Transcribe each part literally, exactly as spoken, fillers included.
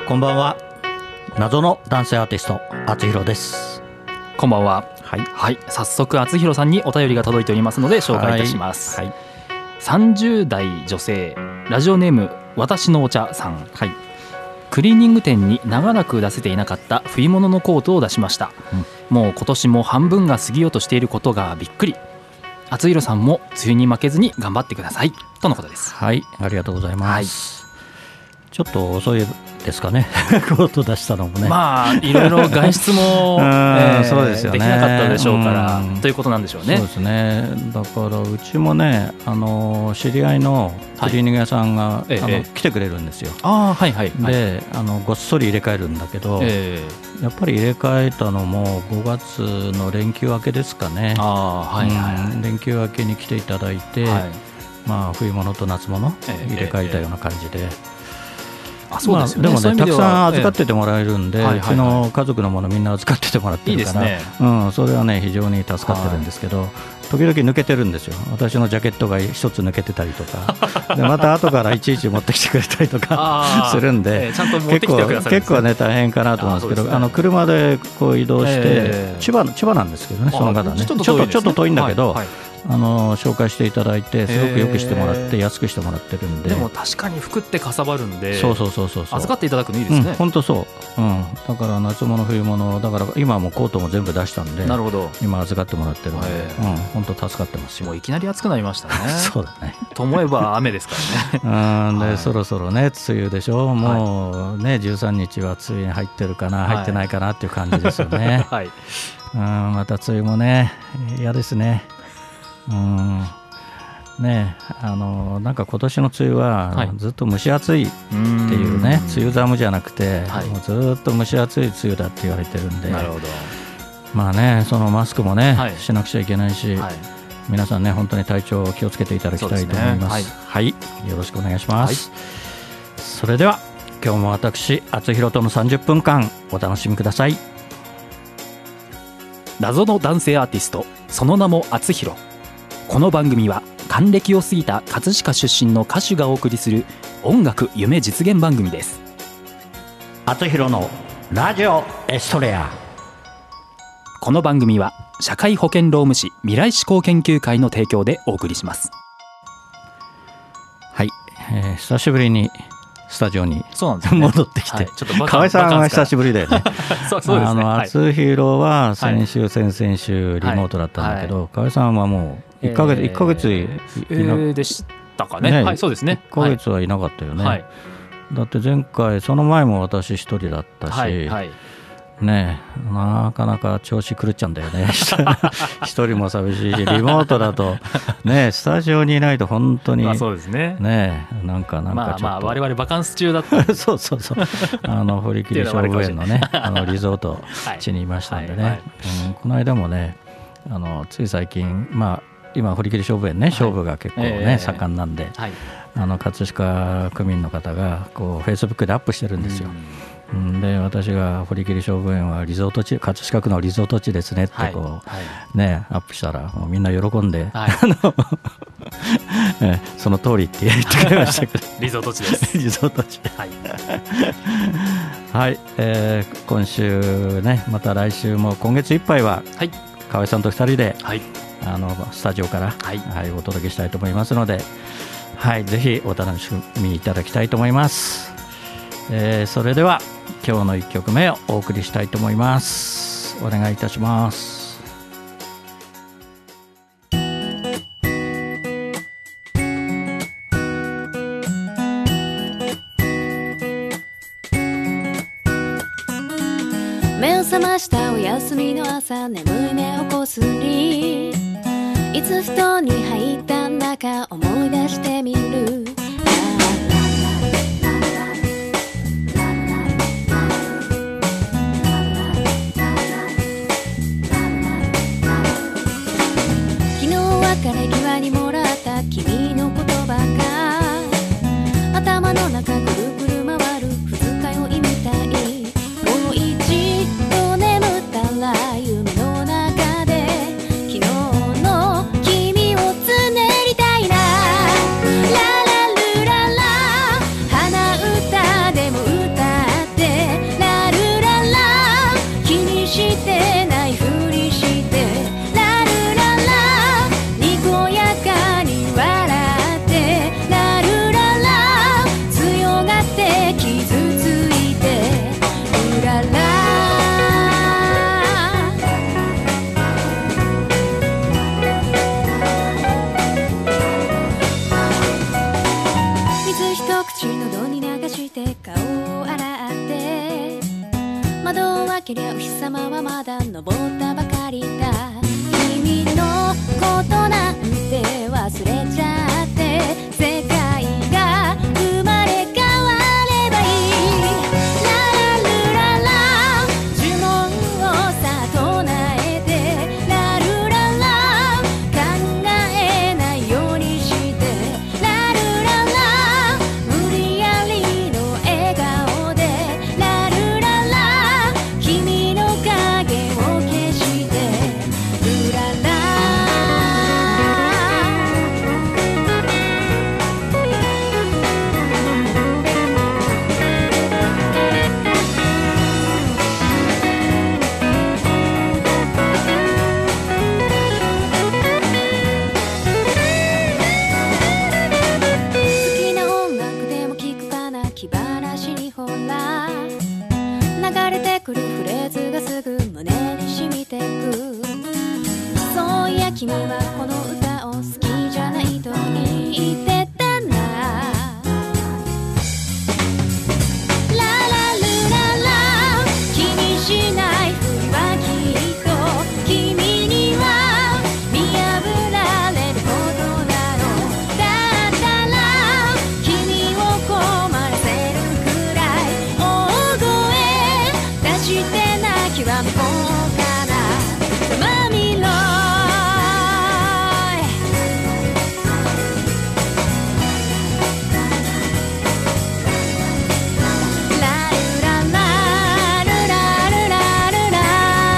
こんばんは。謎の男性アーティストあつひろです。 こんばんは。 はい、 はい、早速あつひろさんにお便りが届いておりますので紹介いたします。はいはい、さんじゅう代女性、ラジオネーム私のお茶さん。はい、クリーニング店に長らく出せていなかった冬物のコートを出しました。うん、もう今年も半分が過ぎようとしていることがびっくり。あつひろさんも梅雨に負けずに頑張ってくださいとのことです。 はい、ありがとうございます。はい、ちょっと遅いですかねコート出したのもね。 まあいろいろ外出も、えー、そうですよね、できなかったでしょうからということなんでしょうね。 そうですね。だからうちもね、あの知り合いのクリーニング屋さんが、はい、あのええ、来てくれるんですよ。あ、はいはいはい、であのごっそり入れ替えるんだけど、ええ、やっぱり入れ替えたのもごがつの連休明けですかね。あ、はいはいはい、うん、連休明けに来ていただいて、はい、まあ、冬物と夏物入れ替えたような感じで、ええええ、あ、そうですよね。まあ、でもね、たくさん預かっててもらえるんで、ええ、うちの家族のものみんな預かっててもらってるから、いいですね、うん、それはね非常に助かってるんですけど、時々抜けてるんですよ。私のジャケットが一つ抜けてたりとかでまた後からいちいち持ってきてくれたりとかするんで、えー、ちゃんと持ってきてくださるんですね。結構、結構ね大変かなと思うんですけど、あ、あの車でこう移動して、えー、千葉、千葉なんですけどね、その方ね、ちょっと、ちょっと、ちょっと遠いんだけど、はいはい、あの紹介していただいてすごくよくしてもらって安くしてもらってるんで。 でも確かに服ってかさばるんで、 そうそうそうそう、 預かっていただくのいいですね。 本当、うん、そう、うん、だから夏物冬物だから今はもうコートも全部出したんで、なるほど、今預かってもらってるんで、本当、うん、助かってますよ。 もういきなり暑くなりましたねそうだねと思えば雨ですからねうんで、はい、そろそろね梅雨でしょ。もうね、はい、じゅうさんにちは梅雨に入ってるかな、入ってないかなっていう感じですよね、はい、うん、また梅雨もね嫌ですね。うんね、あのなんか今年の梅雨はずっと蒸し暑いっていうね、はい、梅雨寒じゃなくて、はい、もうずっと蒸し暑い梅雨だって言われてるんで、なるほど、まあね、そのマスクもね、はい、しなくちゃいけないし、はい、皆さんね本当に体調を気をつけていただきたいと思います。そうですね、はい、はい、よろしくお願いします、はい、それでは今日も私あつひろとのさんじゅっぷんかんお楽しみください。 謎の男性アーティスト、その名もあつひろ。この番組は還暦を過ぎた葛飾出身の歌手がお送りする音楽夢実現番組です。 あつひろのラジオエストレア。 この番組は社会保険労務士未来志向研究会の提供でお送りします。 はい、えー、久しぶりにスタジオに戻ってきて、はい、ちょっと河合さんは久しぶりだよねそうそうですね。あつひろは先週、はい、先々週リモートだったんだけど、はいはい、河合さんはもういっかげつ、えー、いっかげついな、 えー、でしたかね。はい、そうですね。 いっかげつはいなかったよね、はい、だって前回その前も私一人だったし、はいはい、ねえ、なかなか調子狂っちゃうんだよね一人も寂しいし、リモートだとね、スタジオにいないと本当に、まあ、そうですね、ねえ、なんかなんかちょっと、まあ、まあ我々バカンス中だったそうそうそう、あの堀切菖蒲園のねあのリゾート地にいましたんでね、はいはいはい、うん、この間もね、あのつい最近、まあ今堀切菖蒲園ね、勝負が結構ね、はい、えー、盛んなんで、はい、あの葛飾区民の方がこうフェイスブックでアップしてるんですよ。うん、で私が堀切菖蒲園はリゾート地、葛飾区のリゾート地ですねってこう、はいはい、ね、アップしたらもうみんな喜んで、はい、あのえその通りって言ってくれましたけどリゾート地ですリゾート地はい、はい、えー、今週ね、また来週も今月いっぱいは、はい、河合さんとふたりで、はい、あのスタジオから、はいはい、お届けしたいと思いますので、はい、ぜひお楽しみいただきたいと思います。えー、それでは今日のいっきょくめをお送りしたいと思います。お願いいたします。 目を覚ましたお休みの朝、眠い目をこすり、いつ布団に入ったんだか思い出してみる。別れ際にもらった君の言葉が頭の中ぐるぐる回る二日酔いみたい。もう一度眠ったら夢の中で昨日の君をつねりたいな。ララルララ鼻歌でも歌ってけりゃお日様はまだ昇ったばかりだ。君のことなんて忘れちゃって世界が生まれ変わればいい。ララルララ呪文をさ唱えてラルララ考えないようにしてラルララ無理やりの笑顔でラルララ君の影を消してルララ好きな音楽でも聴くかな気晴らしにほら流れてくるフレーズがすぐ胸に染みてく。そういや君はこの歌を好きじゃないと言ってたな。ララルララ気にしないふりはきっと君には見破られることだろう。だったら君を困らせるくらい大声出して泣きわめこうかな。マミロイラルララルラルラルラ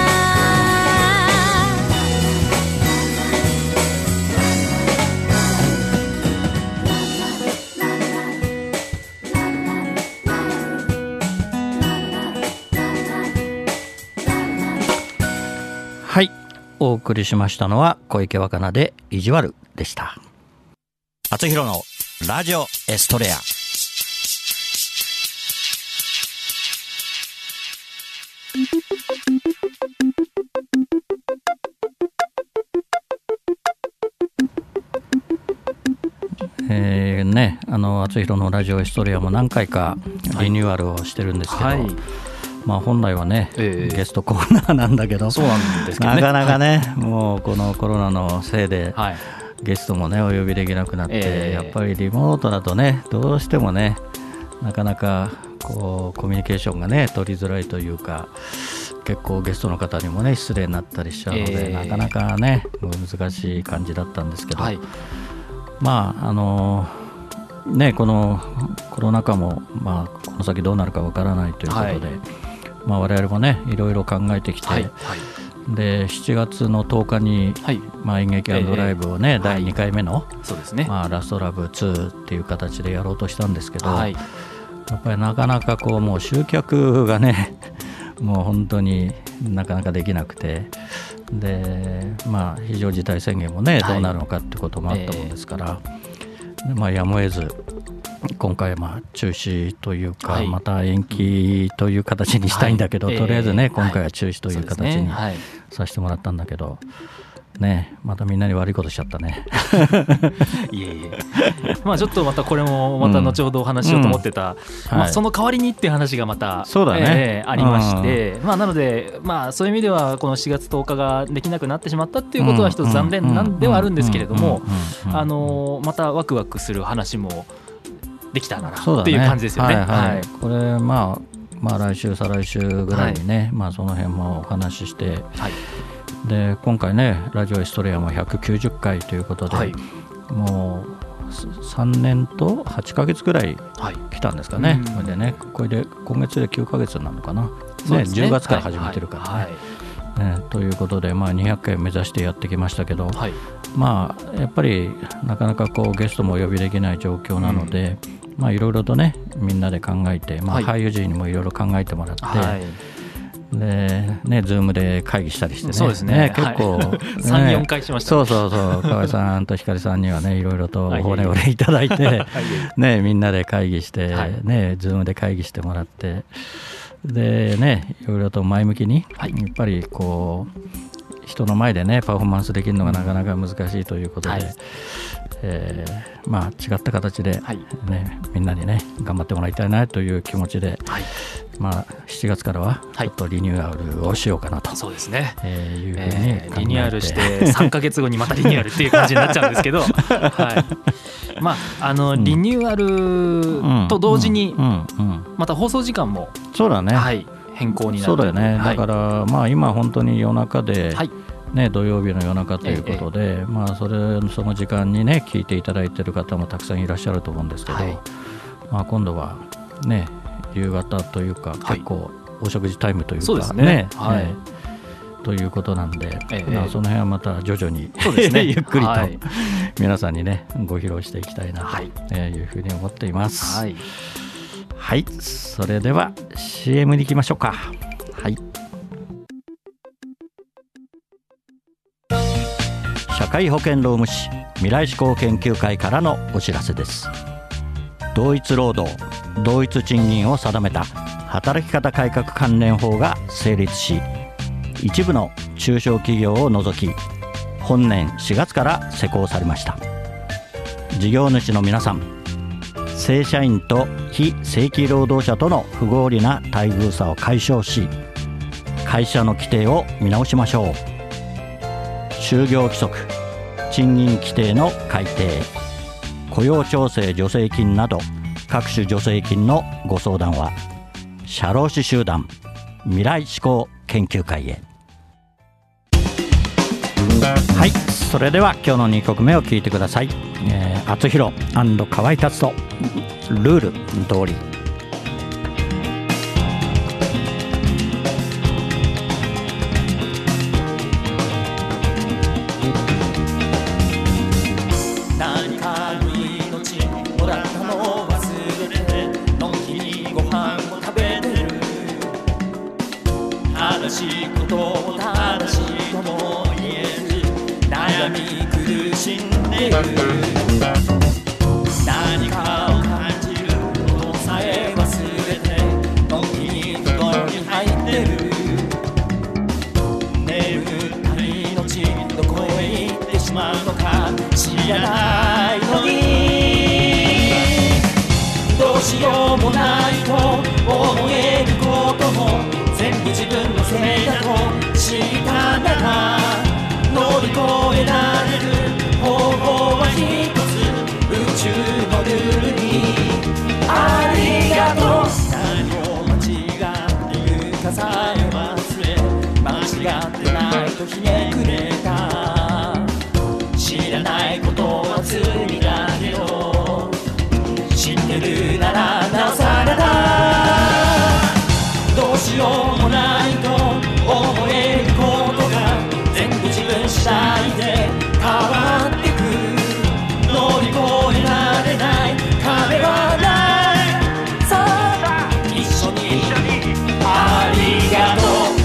はい、お送りしましたのは小池若菜で意地悪でした。厚弘のラジオエストレア。えーね、あの厚弘のラジオエストレアも何回かリニューアルをしてるんですけど、はい、まあ、本来はね、えー、ゲストコーナーなんだけど、 そうなんですけどね、 なかなかね、はい、もうこのコロナのせいで、はい、ゲストもねお呼びできなくなって、えー、やっぱりリモートだとねどうしてもねなかなかこうコミュニケーションがね取りづらいというか、結構ゲストの方にもね失礼になったりしちゃうので、えー、なかなかね難しい感じだったんですけど、はい、まああのねこのコロナ禍も、まあ、この先どうなるかわからないということで、はい、まあ、我々もねいろいろ考えてきて、はいはい、でしちがつのとおかに、はい、まあ、演劇&ライブをね、えー、だいにかいめの、そうですね、まあ、ラストラブツーっていう形でやろうとしたんですけど、はい、やっぱりなかなかこうもう集客がねもう本当になかなかできなくて、で、まあ、非常事態宣言もねどうなるのかってこともあったもんですから、はい、でまあ、やむを得ず今回まあ中止というか、はい、また延期という形にしたいんだけど、はい、とりあえずね、えー、今回は中止という形にさせてもらったんだけど、ね、またみんなに悪いことしちゃったねいえいえ、まあ、ちょっとまたこれもまた後ほどお話ししようと思ってた、うんうん、まあ、その代わりにっていう話がまた、 そうだね、 えー、ありまして、うん、まあ、なので、まあ、そういう意味ではこのしがつとおかができなくなってしまったっていうことは一つ残念なんではあるんですけれども、あのまたワクワクする話もできたらなっていう感じですよね。 はいはいはい、これ、まあ、まあ来週再来週ぐらいにね、はい、まあ、その辺もお話しして、はい、で今回ねラジオエストレアもひゃくきゅうじゅっかいということで、はい、もうさんねんとはちかげつぐらい来たんですかね、はい、これでね、これで今月できゅうかげつなのかな、ね、じゅうがつから始めてるからね、はいはいはい、ね、ということで、まあ、にひゃっかい目指してやってきましたけど、はい、まあ、やっぱりなかなかこうゲストもお呼びできない状況なので、うん、まあ、いろいろとねみんなで考えて、まあ、俳優陣にもいろいろ考えてもらって、はい、でね、ズームで会議したりしてね、 そうですね、 ね、結構、 はい、さん、よんかいしましたね。 そうそうそう、河合さんと光さんにはねいろいろと骨折れいただいてね、みんなで会議して、はい、ね、ズームで会議してもらって、でね、いろいろと前向きに、はい、やっぱりこう人の前でねパフォーマンスできるのがなかなか難しいということで、はい、 えーまあ、違った形で、ね、はい、みんなにね頑張ってもらいたいなという気持ちで、はい、まあ、しちがつからはちょっとリニューアルをしようかなと、はい、 そうですね、 えー、いうふうに、 えー、リニューアルしてさんかげつごにまたリニューアルっていう感じになっちゃうんですけど、はい、まあ、あのリニューアルと同時にまた放送時間も、 そうだね、 はい、変更になる。 そうだよね、はい、だから、まあ、今本当に夜中で、はい、ね、土曜日の夜中ということで、ええ、まあ、それその時間にね聞いていただいている方もたくさんいらっしゃると思うんですけど、はい、まあ、今度はね夕方というか、結構お食事タイムというか、 そうですね、 はい、えー、ということなんで、ええ、まあ、その辺はまた徐々にそうです、ね、ゆっくりと、はい、皆さんにねご披露していきたいなというふうに思っています。はい、はい、それでは シーエム に行きましょうか。はい、社会保険労務士未来志向研究会からのお知らせです。同一労働同一賃金を定めた働き方改革関連法が成立し、一部の中小企業を除き本年しがつから施行されました。事業主の皆さん、正社員と非正規労働者との不合理な待遇差を解消し、会社の規定を見直しましょう。就業規則、賃金規定の改定、雇用調整助成金など各種助成金のご相談は社労士集団未来志向研究会へ。はい、それでは今日のにきょくめを聴いてください。えー、厚弘&河合達人、ルール通り。 何かを感じることさえ忘れてのんきに懐に入ってる。眠った命どこへ行ってしまうのか知らないのに、どうしようもないと思えることも全部自分のせいだと知ったんだが、乗り越えられる方法は一つ、宇宙のルールにありがとう。何を間違っているかさえ忘れ、間違ってないとひねくれた。知らないことは罪だけど知ってるならなおさらだ。どうしようもないと思えることが全部自分次第で変わってく。乗り越えられない壁はない。さあ一緒にありがとう。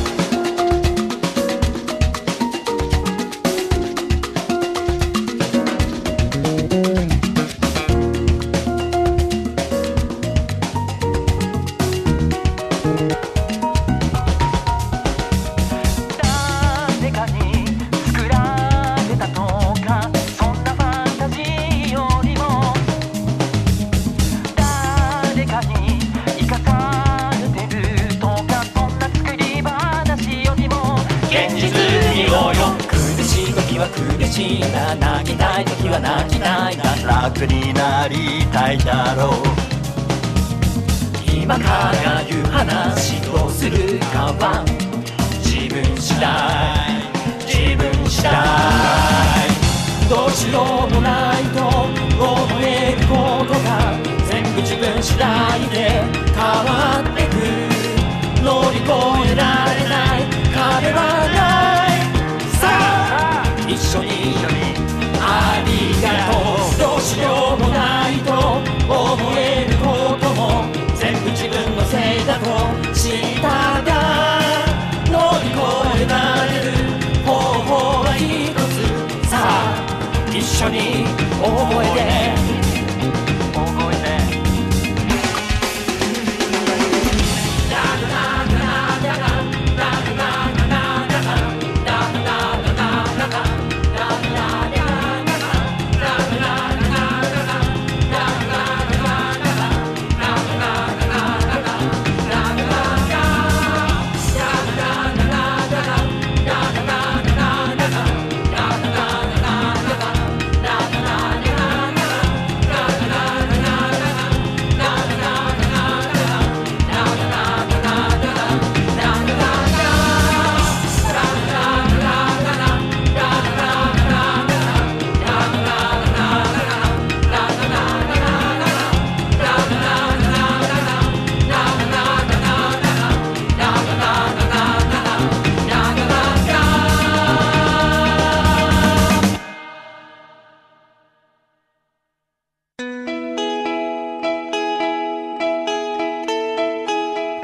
苦しいな、泣きたい時は泣きたいな、楽になりたいだろう。今から言う話どうするかは自分次第、自分次第。どうしようもないと思えることが全部自分次第で変わってく。乗り越えられない壁はない。さあ一緒にありがとう。どうしようもないと思えることも全部自分のせいだと知ったが、乗り越えられる方法は一つ。さあ一緒に覚えて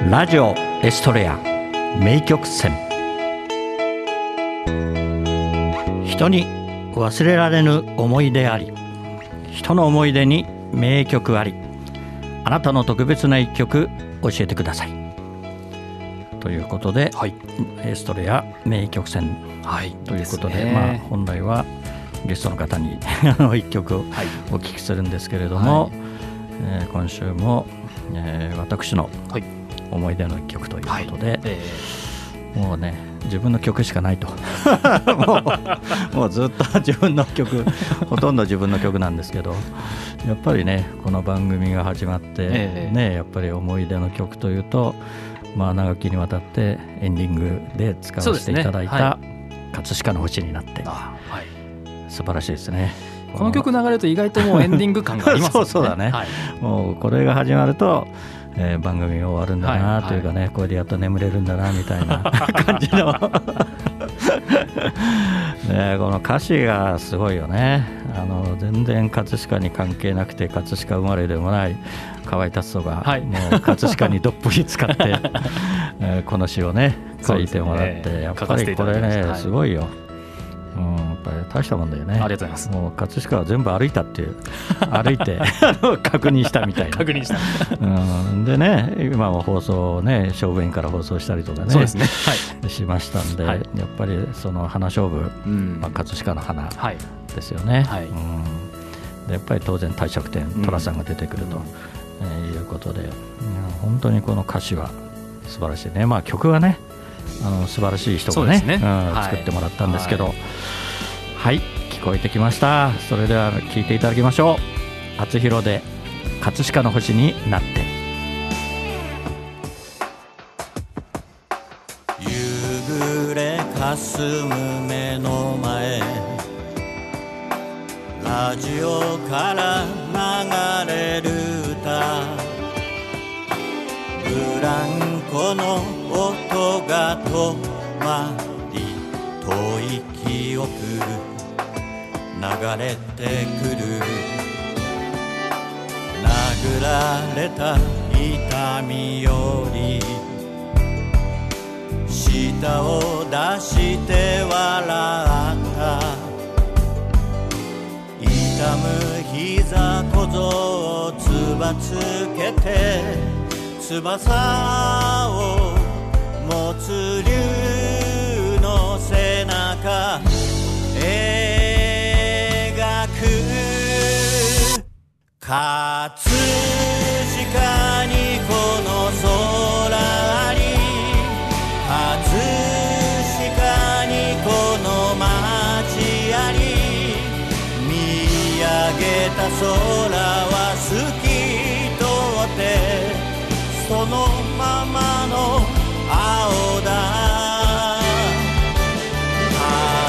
ラジオエストレア名曲選。人に忘れられぬ思い出あり、人の思い出に名曲あり、あなたの特別な一曲教えてくださいということで、はい、エストレア名曲選、はい、ということで、ね、まあ、本来はゲストの方に一曲をお聞きするんですけれども、はい、えー、今週も、えー、私の思い出の一曲ということで、はい、えー、もうね自分の曲しかないとも, うもうずっと自分の曲ほとんど自分の曲なんですけど、やっぱりねこの番組が始まって、えー、ねやっぱり思い出の曲というと、まあ、長きにわたってエンディングで使わせていただいた、ね、はい、葛飾の星になって、あ、はい、素晴らしいですね。 この曲流れると意外ともうエンディング感がありますよね。 そうそうだね、はい、もうこれが始まると、えー、番組が終わるんだなというかね、はいはい、これでやっと眠れるんだなみたいな感じのね、この歌詞がすごいよね。あの全然葛飾に関係なくて、葛飾生まれでもない河合達人が、はい、もう葛飾にどっぷり使って、えー、この詩をね書いてもらって、ね、やっぱりこれね、はい、すごいよ。うん、やっぱり大したもんだよね。 ありがとうございます。 もう葛飾は全部歩いたっていう歩いて確認したみたいな確認した、 うん、でね、今も放送ね勝負園から放送したりとかね、 そうですね、はい、 しましたんで、はい、やっぱりその花勝負、うん、まあ、葛飾の花ですよね、はい、うん、でやっぱり当然帝釈天寅さんが出てくると、うん、えー、いうことで、いや本当にこの歌詞は素晴らしいね。まあ曲はねあの素晴らしい人が ね, ね、うん、はい、作ってもらったんですけど、はい、はい、聞こえてきました。それでは聴いていただきましょう。厚弘で葛飾の星になって。 夕暮れ霞む目の前、ラジオから流れる歌、ブランコの音が止まり、遠い記憶流れてくる、殴られた痛みより舌を出して笑った、痛む膝小僧をつばつけて、翼を持つ竜の背中描く、葛飾にこの空あり、葛飾にこの街あり、見上げた空は透き通って、そのままの青だ。葛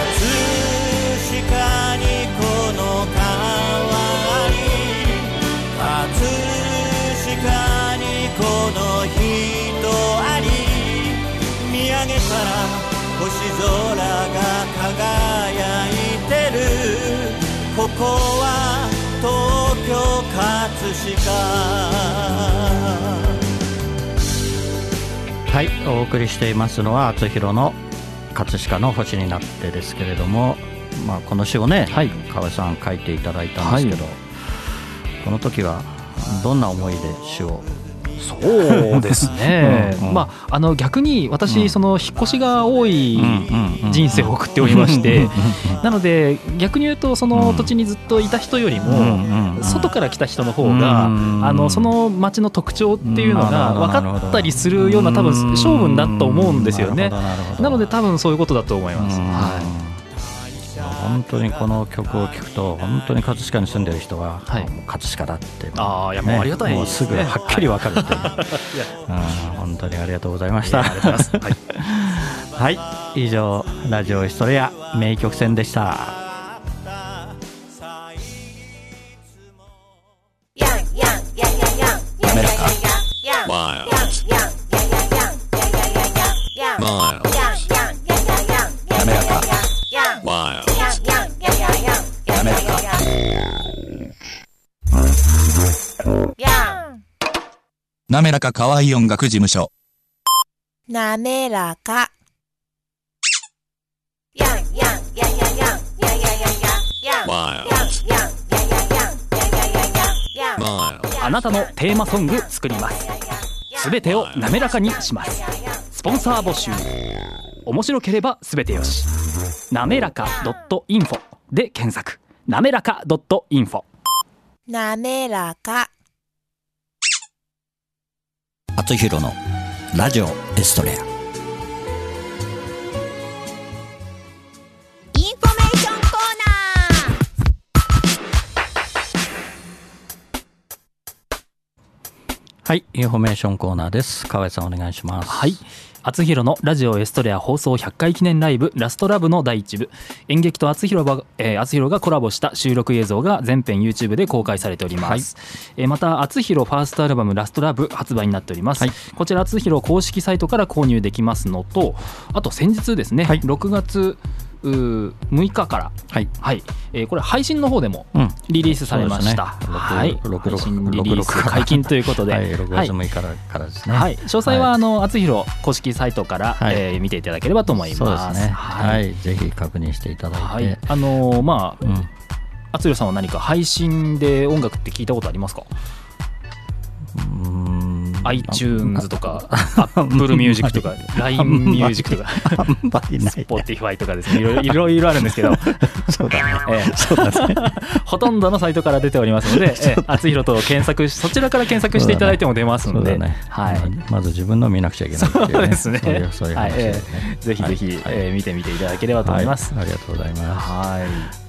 飾にこの川あり、葛飾にこの人あり、見上げたら星空が輝いてる、ここは東京葛飾。はい、お送りしていますのは厚弘の葛飾の星になってですけれども、まあ、この詩をね、はい、河合さん書いていただいたんですけど、はい、この時はどんな思いで詩を？ そうですね、うんうん、まあ、あの逆に私、その引っ越しが多い人生を送っておりまして、なので逆に言うとその土地にずっといた人よりも外から来た人の方が、あのその町の特徴っていうのが分かったりするような多分性分だと思うんですよね。なので多分そういうことだと思います。はい、 本当にこの曲を聴くと本当に葛飾に住んでる人は、はい、もう葛飾だって、ね、 ああ、いやもうありがたいですね、 もうすぐはっきり分かるっていう、はい、本当にありがとうございました。 ありがとうございます。 はい、はい、以上ラジオエストレア名曲選でした。滑らかマイルズ滑らかマイルズ滑らか滑らか河合音楽事務所なめらか。やんやんややややややややややあなたのテーマソング作ります。すべてを滑らかにします。スポンサー募集。面白ければすべてよし。なめらか .info で検索。なめらか .info。 なめらか。 あつひろのラジオエストレア。 インフォメーションコーナー。はい、インフォメーションコーナーです。河合さんお願いします。 はい、あつひろのラジオエストレア放送ひゃっかい記念ライブラストラブのだいいち部、演劇とあつひろが、えー、あつひろがコラボした収録映像が全編 YouTube で公開されております、はい。えー、またあつひろファーストアルバムラストラブ発売になっております、はい。こちらあつひろ公式サイトから購入できますのと、あと先日ですね、はい、ろくがつむいかから、はいはい、えー、これ配信の方でもリリースされました、うん、はい、配信リリース解禁ということで、はい、 ろくがつむいかからですね、 はい、詳細はあのあつひろ公式サイトから、はい、えー、見ていただければと思います。 そうですね、はい、はい、ぜひ確認していただいて、はい、 あのー、まあ、うん、あつひろさんは何か配信で音楽って聞いたことありますか？うーんiTunes とか Apple Music とか ライン Music とかSpotify とかですね、いろいろいろあるんですけどそうだね、ええ、 そうだねほとんどのサイトから出ておりますので、ええ、あつひろと検索し、そちらから検索していただいても出ますので、ね、はい、 まず自分の見なくちゃいけないっていうね。 そうですね、そういうそういう話ですね、 はい、ええ、ぜひぜひ、はい、えー、見てみていただければと思います、 はい、ありがとうございます、はい、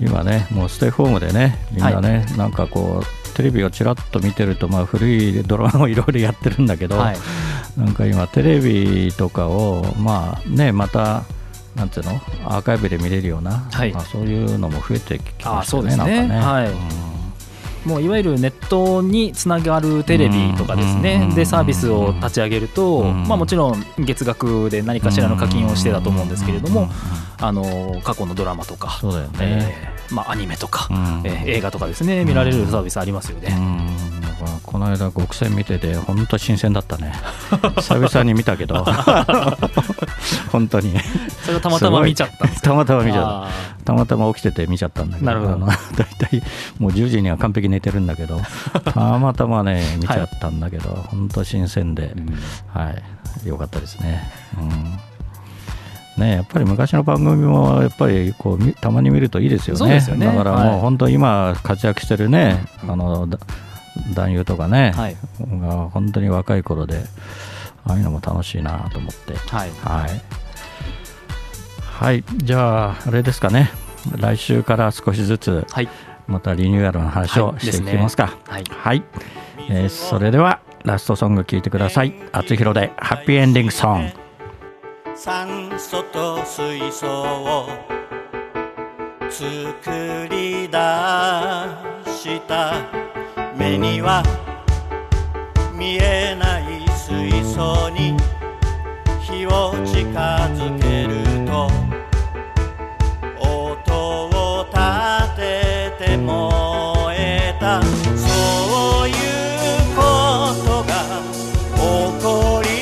今ねもうステイホームでねみんなね、はい、なんかこうテレビをちらっと見てると、まあ、古いドラマをいろいろやってるんだけど、はい、なんか今テレビとかをまあねまたなんていうのアーカイブで見れるような、はい、まあ、そういうのも増えてきましたね。あ、そうですね、なんかね、はい、 うん、もういわゆるネットにつながるテレビとかですね、でサービスを立ち上げると、まあ、もちろん月額で何かしらの課金をしてだと思うんですけれども、あの過去のドラマとか、 そうだよね、 えーまあ、アニメとか、えー、映画とかですね見られるサービスありますよね。うん、 だからこの間極戦見てて本当新鮮だったね久々に見たけど本当にそれをたまたま見ちゃったんですか？ たまたま見ちゃったたまたま起きてて見ちゃったんだけど、なるほど、だいたいもうじゅうじには完璧寝てるんだけどたまたまね見ちゃったんだけど、はい、本当新鮮で、うん、はい、よかったですね、うんね、やっぱり昔の番組もやっぱりこうたまに見るといいですよね。 そうですよね。 だからもう本当今活躍してるね、はい、あの男優とかね、はい、が本当に若い頃でああいうのも楽しいなと思って、はいはい、はい、じゃああれですかね、来週から少しずつまたリニューアルの話をしていきますか。はい、はい、えー、それではラストソング聴いてください。あつひろでハッピーエンディングソング。 酸素と水素を作り出した目には見えない水素に火を近づけると音を立てて燃えた、そういうことが起こり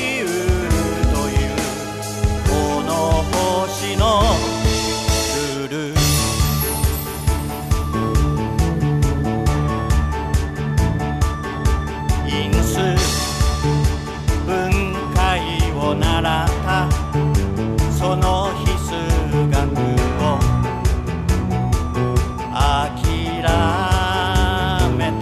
その必須学を諦め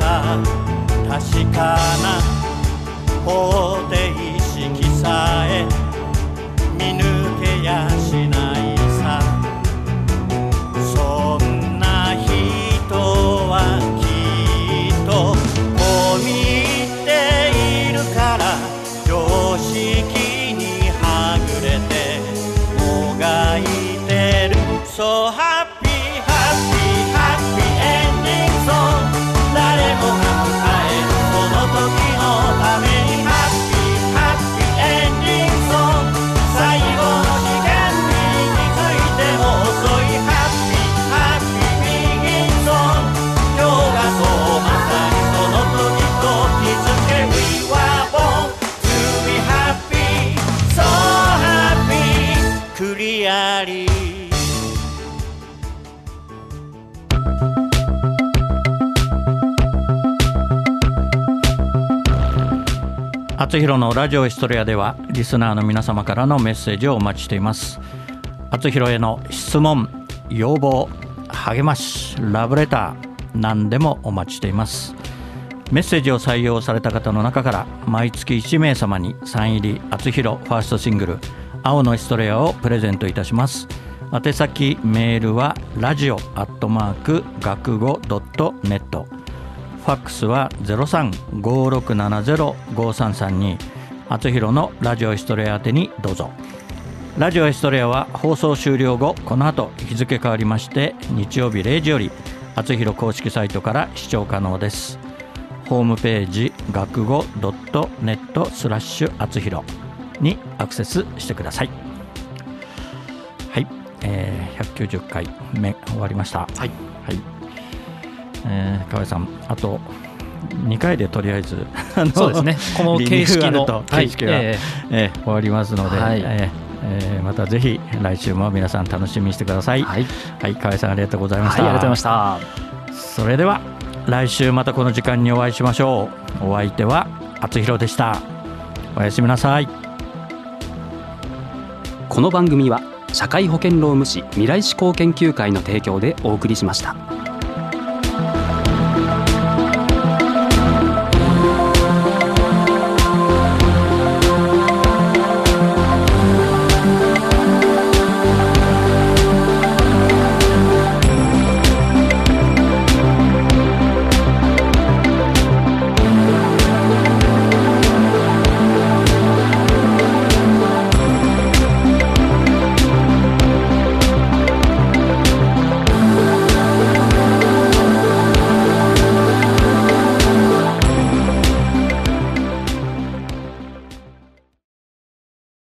あつひろのラジオヒストリアではリスナーの皆様からのメッセージをお待ちしています。あつひろへの質問、要望、励まし、ラブレター、何でもお待ちしています。メッセージを採用された方の中から毎月いち名様にサイン入りあつひろファーストシングル青のヒストリアをプレゼントいたします。宛先メールはラジオアットマーク学語ドットネット、ファックスは ゼロさん ごーろくななゼロ ごーさんさんに、あつひろのラジオヒストリア宛てにどうぞ。ラジオヒストリアは放送終了後、この後日付変わりまして日曜日れいじよりあつひろ公式サイトから視聴可能です。ホームページ学語ドットネットスラッシュあつひろにアクセスしてください。はい、えー、ひゃくきゅうじゅっかいめ終わりました。はい、はい、えー、河合さん、あとにかいでとりあえずそうですね、この形式の形式は、はい、えーえー、終わりますので、はい、えーえー、またぜひ来週も皆さん楽しみにしてください。はい、はい、河合さんありがとうございました。 はい、ありがとうございました。それでは来週またこの時間にお会いしましょう。お相手はあつひろでした。おやすみなさい。 この番組は社会保険労務士未来志向研究会の提供でお送りしました。